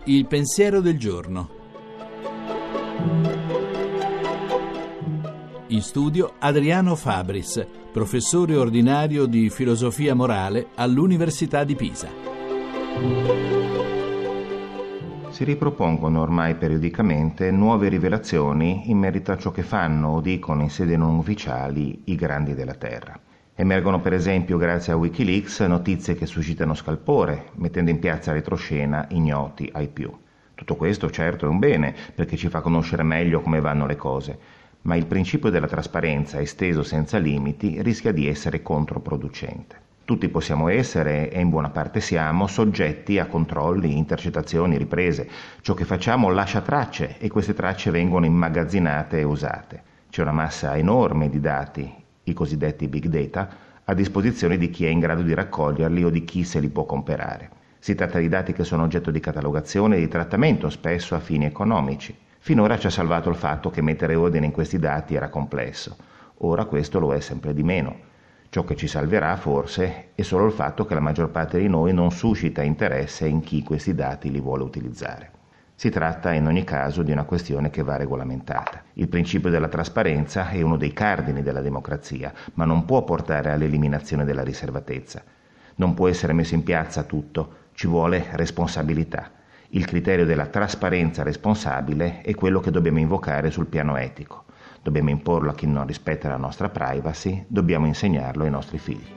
Il pensiero del giorno. In studio Adriano Fabris, professore ordinario di filosofia morale all'Università di Pisa. Si ripropongono ormai periodicamente nuove rivelazioni in merito a ciò che fanno o dicono in sede non ufficiali i grandi della Terra. Emergono per esempio, grazie a Wikileaks, notizie che suscitano scalpore, mettendo in piazza retroscena ignoti ai più. Tutto questo certo è un bene, perché ci fa conoscere meglio come vanno le cose, ma il principio della trasparenza esteso senza limiti rischia di essere controproducente. Tutti possiamo essere, e in buona parte siamo, soggetti a controlli, intercettazioni, riprese. Ciò che facciamo lascia tracce e queste tracce vengono immagazzinate e usate. C'è una massa enorme di dati, i cosiddetti big data, a disposizione di chi è in grado di raccoglierli o di chi se li può comprare. Si tratta di dati che sono oggetto di catalogazione e di trattamento, spesso a fini economici. Finora ci ha salvato il fatto che mettere ordine in questi dati era complesso. Ora questo lo è sempre di meno. Ciò che ci salverà, forse, è solo il fatto che la maggior parte di noi non suscita interesse in chi questi dati li vuole utilizzare. Si tratta in ogni caso di una questione che va regolamentata. Il principio della trasparenza è uno dei cardini della democrazia, ma non può portare all'eliminazione della riservatezza. Non può essere messo in piazza tutto, ci vuole responsabilità. Il criterio della trasparenza responsabile è quello che dobbiamo invocare sul piano etico. Dobbiamo imporlo a chi non rispetta la nostra privacy, dobbiamo insegnarlo ai nostri figli.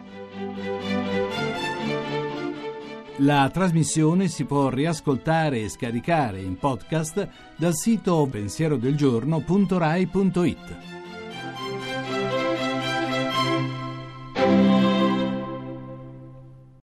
La trasmissione si può riascoltare e scaricare in podcast dal sito pensierodelgiorno.rai.it.